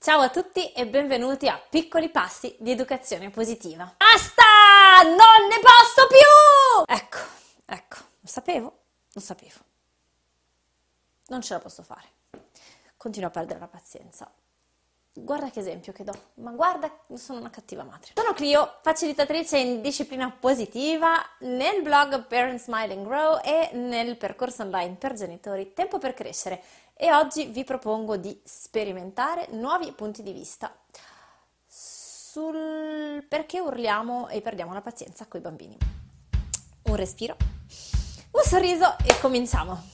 Ciao a tutti e benvenuti a Piccoli Passi di Educazione Positiva. Basta! Non ne posso più! Ecco, lo sapevo. Non ce la posso fare. Continuo a perdere la pazienza. Guarda che esempio che do, ma guarda, sono una cattiva madre. Sono Clio, facilitatrice in disciplina positiva nel blog Parent Smile and Grow e nel percorso online per genitori Tempo per Crescere, e oggi vi propongo di sperimentare nuovi punti di vista sul perché urliamo e perdiamo la pazienza coi bambini. Un respiro, un sorriso e cominciamo!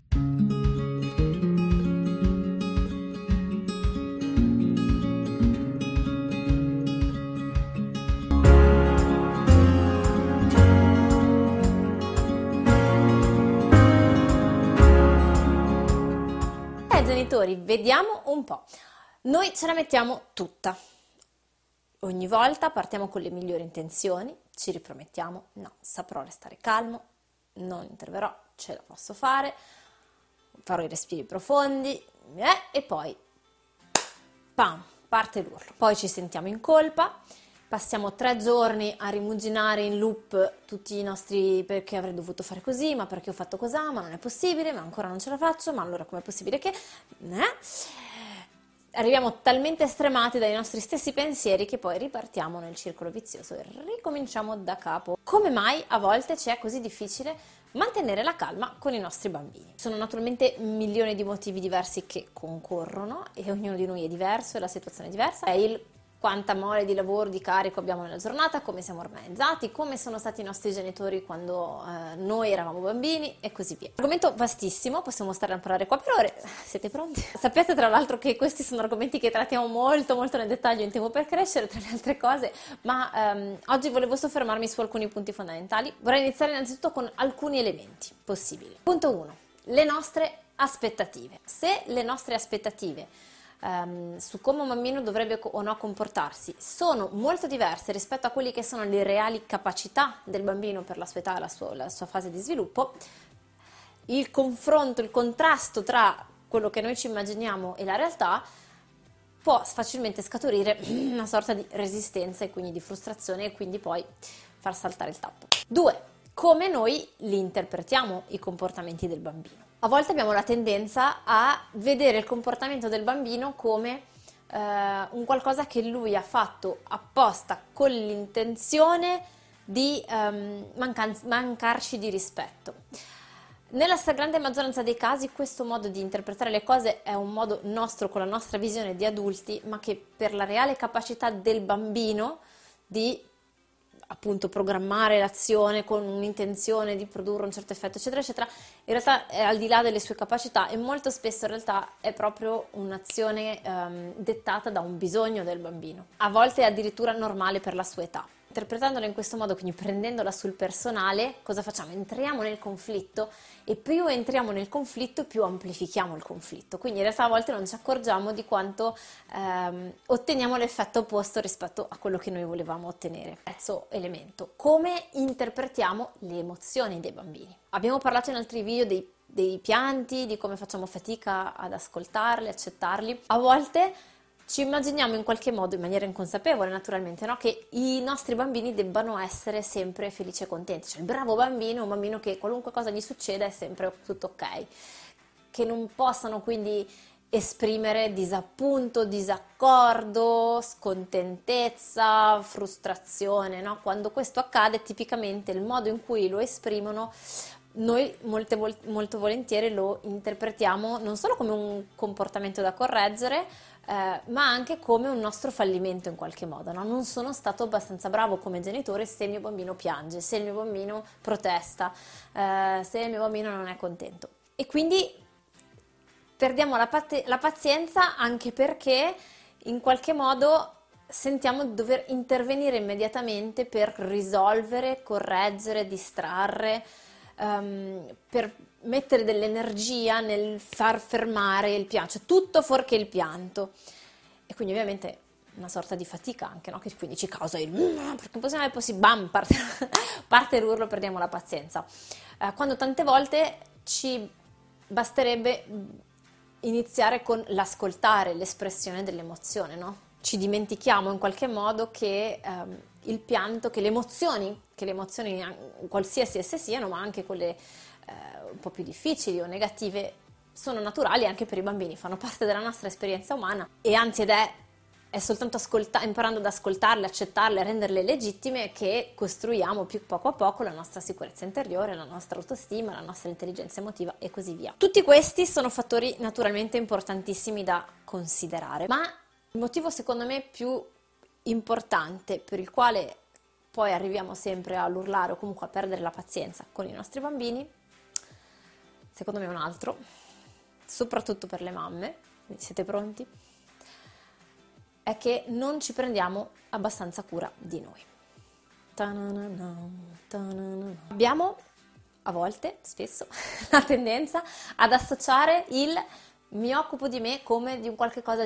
Genitori, vediamo un po'. Noi ce la mettiamo tutta. Ogni volta partiamo con le migliori intenzioni, ci ripromettiamo, no, saprò restare calmo, non interverrò, ce la posso fare, farò i respiri profondi e poi, pam, parte l'urlo. Poi ci sentiamo in colpa, passiamo 3 giorni a rimuginare in loop tutti i nostri perché avrei dovuto fare così, ma perché ho fatto così, ma non è possibile, ma ancora non ce la faccio, ma allora com'è possibile che... Arriviamo talmente stremati dai nostri stessi pensieri che poi ripartiamo nel circolo vizioso e ricominciamo da capo. Come mai a volte ci è così difficile mantenere la calma con i nostri bambini? Sono naturalmente milioni di motivi diversi che concorrono e ognuno di noi è diverso e la situazione è diversa. È il quanta mole di lavoro, di carico abbiamo nella giornata, come siamo organizzati, come sono stati i nostri genitori quando noi eravamo bambini e così via. Argomento vastissimo, possiamo stare a parlare qua per ore. Siete pronti? Sappiate tra l'altro che questi sono argomenti che trattiamo molto nel dettaglio in Tempo per Crescere, tra le altre cose, ma oggi volevo soffermarmi su alcuni punti fondamentali. Vorrei iniziare innanzitutto con alcuni elementi possibili. Punto 1. Le nostre aspettative. Se le nostre aspettative su come un bambino dovrebbe o no comportarsi sono molto diverse rispetto a quelle che sono le reali capacità del bambino per la sua età e la sua fase di sviluppo, il confronto, il contrasto tra quello che noi ci immaginiamo e la realtà può facilmente scaturire una sorta di resistenza e quindi di frustrazione e quindi poi far saltare il tappo. 2. Come noi li interpretiamo i comportamenti del bambino. A volte abbiamo la tendenza a vedere il comportamento del bambino come un qualcosa che lui ha fatto apposta con l'intenzione di mancarci di rispetto. Nella stragrande maggioranza dei casi questo modo di interpretare le cose è un modo nostro con la nostra visione di adulti, ma che per la reale capacità del bambino di appunto programmare l'azione con un'intenzione di produrre un certo effetto eccetera eccetera, in realtà è al di là delle sue capacità e molto spesso in realtà è proprio un'azione dettata da un bisogno del bambino, a volte è addirittura normale per la sua età. Interpretandola in questo modo, quindi prendendola sul personale, cosa facciamo? Entriamo nel conflitto e più entriamo nel conflitto più amplifichiamo il conflitto, quindi in realtà a volte non ci accorgiamo di quanto otteniamo l'effetto opposto rispetto a quello che noi volevamo ottenere. Terzo elemento, come interpretiamo le emozioni dei bambini. Abbiamo parlato in altri video dei pianti, di come facciamo fatica ad ascoltarli, accettarli. A volte ci immaginiamo in qualche modo, in maniera inconsapevole naturalmente, no? Che i nostri bambini debbano essere sempre felici e contenti, cioè il bravo bambino è un bambino che qualunque cosa gli succeda è sempre tutto ok, che non possano quindi esprimere disappunto, disaccordo, scontentezza, frustrazione, no? Quando questo accade tipicamente il modo in cui lo esprimono noi molto volentieri lo interpretiamo non solo come un comportamento da correggere, ma anche come un nostro fallimento in qualche modo, no? Non sono stato abbastanza bravo come genitore se il mio bambino piange, se il mio bambino protesta, se il mio bambino non è contento. E quindi perdiamo la pazienza anche perché in qualche modo sentiamo di dover intervenire immediatamente per risolvere, correggere, distrarre, per mettere dell'energia nel far fermare il pianto, cioè tutto fuorché il pianto, e quindi ovviamente una sorta di fatica anche, no? Che quindi ci causa il perché possiamo possibile, bam, parte l'urlo, perdiamo la pazienza, quando tante volte ci basterebbe iniziare con l'ascoltare l'espressione dell'emozione, no? Ci dimentichiamo in qualche modo che il pianto, che le emozioni qualsiasi esse siano, ma anche quelle un po' più difficili o negative, sono naturali anche per i bambini, fanno parte della nostra esperienza umana e anzi è soltanto imparando ad ascoltarle, accettarle, renderle legittime che costruiamo poco a poco la nostra sicurezza interiore, la nostra autostima, la nostra intelligenza emotiva e così via. Tutti questi sono fattori naturalmente importantissimi da considerare, ma il motivo secondo me più importante per il quale poi arriviamo sempre all'urlare o comunque a perdere la pazienza con i nostri bambini, secondo me è un altro, soprattutto per le mamme, siete pronti? È che non ci prendiamo abbastanza cura di noi. Abbiamo a volte, spesso, la tendenza ad associare il mi occupo di me come di un qualche cosa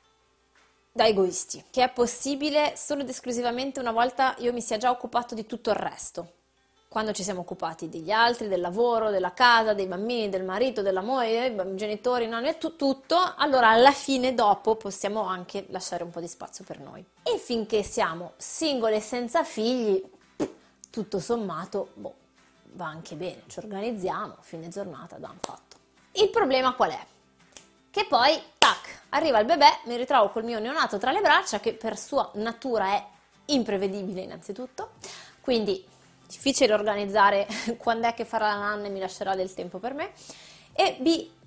da egoisti, che è possibile solo ed esclusivamente una volta io mi sia già occupato di tutto il resto. Quando ci siamo occupati degli altri, del lavoro, della casa, dei bambini, del marito, della moglie, dei genitori, tutto, allora alla fine dopo possiamo anche lasciare un po' di spazio per noi. E finché siamo singole senza figli, tutto sommato, va anche bene, ci organizziamo, fine giornata, abbiamo fatto. Il problema qual è? Che poi, tac, arriva il bebè, mi ritrovo col mio neonato tra le braccia, che per sua natura è imprevedibile innanzitutto, quindi difficile organizzare quando è che farà la nanna e mi lascerà del tempo per me, e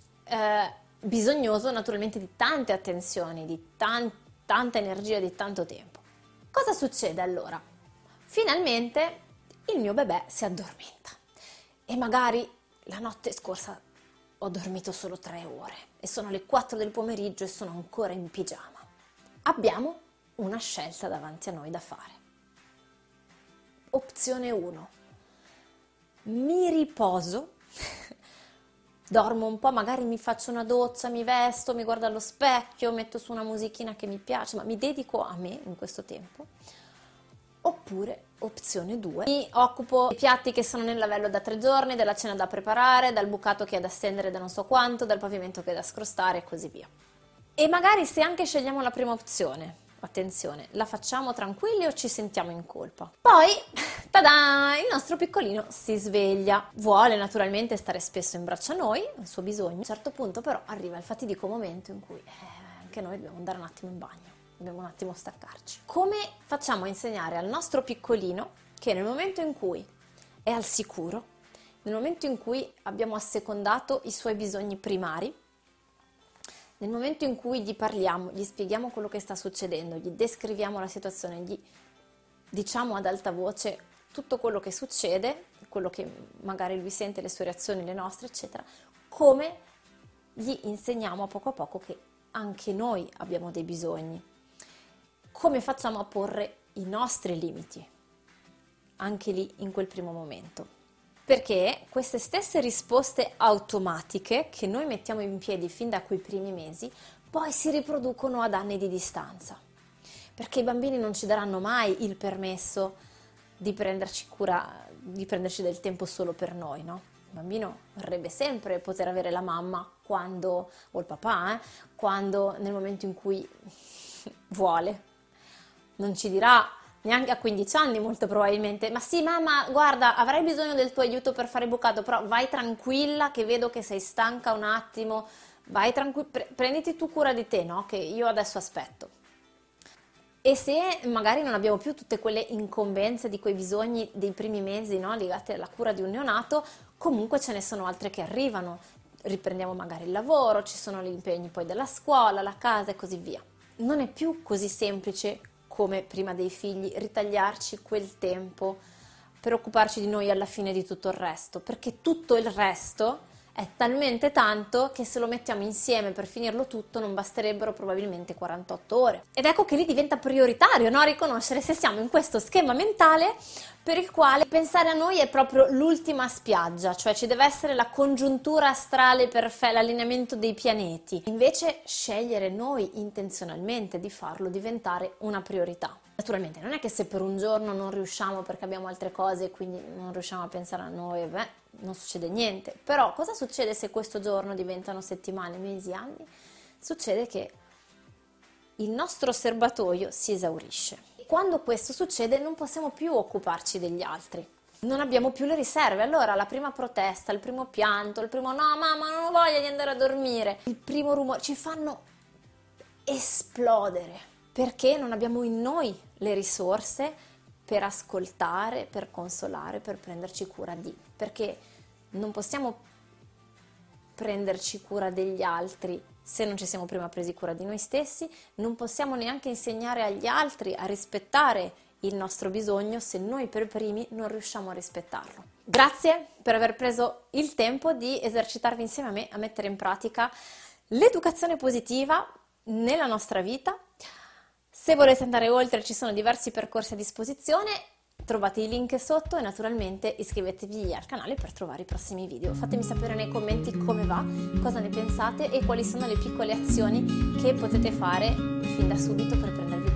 bisognoso naturalmente di tante attenzioni, di tanta energia, di tanto tempo. Cosa succede allora? Finalmente il mio bebè si addormenta e magari la notte scorsa ho dormito solo 3 ore e sono le 4 del pomeriggio e sono ancora in pigiama. Abbiamo una scelta davanti a noi da fare. Opzione 1. Mi riposo, dormo un po', magari mi faccio una doccia, mi vesto, mi guardo allo specchio, metto su una musichina che mi piace, ma mi dedico a me in questo tempo. Oppure, opzione 2, mi occupo dei piatti che sono nel lavello da 3 giorni, della cena da preparare, dal bucato che è da stendere da non so quanto, dal pavimento che è da scrostare e così via. E magari se anche scegliamo la prima opzione, attenzione, la facciamo tranquilli o ci sentiamo in colpa? Poi, tada, il nostro piccolino si sveglia, vuole naturalmente stare spesso in braccio a noi, è un suo bisogno. A un certo punto però arriva il fatidico momento in cui anche noi dobbiamo andare un attimo in bagno. Dobbiamo un attimo staccarci. Come facciamo a insegnare al nostro piccolino che nel momento in cui è al sicuro, nel momento in cui abbiamo assecondato i suoi bisogni primari, nel momento in cui gli parliamo, gli spieghiamo quello che sta succedendo, gli descriviamo la situazione, gli diciamo ad alta voce tutto quello che succede, quello che magari lui sente, le sue reazioni, le nostre, eccetera, come gli insegniamo a poco che anche noi abbiamo dei bisogni. Come facciamo a porre i nostri limiti, anche lì in quel primo momento? Perché queste stesse risposte automatiche che noi mettiamo in piedi fin da quei primi mesi, poi si riproducono ad anni di distanza. Perché i bambini non ci daranno mai il permesso di prenderci cura, di prenderci del tempo solo per noi, no? Il bambino vorrebbe sempre poter avere la mamma quando, o il papà, quando, nel momento in cui vuole. Non ci dirà neanche a 15 anni molto probabilmente, ma sì mamma, guarda, avrei bisogno del tuo aiuto per fare il bucato, però vai tranquilla che vedo che sei stanca un attimo, vai tranquilla, prenditi tu cura di te, no? Che io adesso aspetto. E se magari non abbiamo più tutte quelle incombenze di quei bisogni dei primi mesi, no? Legate alla cura di un neonato, comunque ce ne sono altre che arrivano, riprendiamo magari il lavoro, ci sono gli impegni poi della scuola, la casa e così via. Non è più così semplice come prima dei figli ritagliarci quel tempo per occuparci di noi alla fine di tutto il resto, perché tutto il resto è talmente tanto che se lo mettiamo insieme per finirlo tutto non basterebbero probabilmente 48 ore. Ed ecco che lì diventa prioritario, no? Riconoscere se siamo in questo schema mentale per il quale pensare a noi è proprio l'ultima spiaggia, cioè ci deve essere la congiuntura astrale perfetta, l'allineamento dei pianeti. Invece scegliere noi intenzionalmente di farlo diventare una priorità. Naturalmente non è che se per un giorno non riusciamo perché abbiamo altre cose e quindi non riusciamo a pensare a noi, non succede niente. Però cosa succede se questo giorno diventano settimane, mesi, anni? Succede che il nostro serbatoio si esaurisce. Quando questo succede non possiamo più occuparci degli altri, non abbiamo più le riserve. Allora la prima protesta, il primo pianto, il primo no mamma non ho voglia di andare a dormire, il primo rumore ci fanno esplodere, perché non abbiamo in noi le risorse per ascoltare, per consolare, per prenderci cura di, perché non possiamo prenderci cura degli altri se non ci siamo prima presi cura di noi stessi, non possiamo neanche insegnare agli altri a rispettare il nostro bisogno se noi per primi non riusciamo a rispettarlo. Grazie per aver preso il tempo di esercitarvi insieme a me a mettere in pratica l'educazione positiva nella nostra vita. Se volete andare oltre ci sono diversi percorsi a disposizione, trovate i link sotto e naturalmente iscrivetevi al canale per trovare i prossimi video. Fatemi sapere nei commenti come va, cosa ne pensate e quali sono le piccole azioni che potete fare fin da subito per prendervi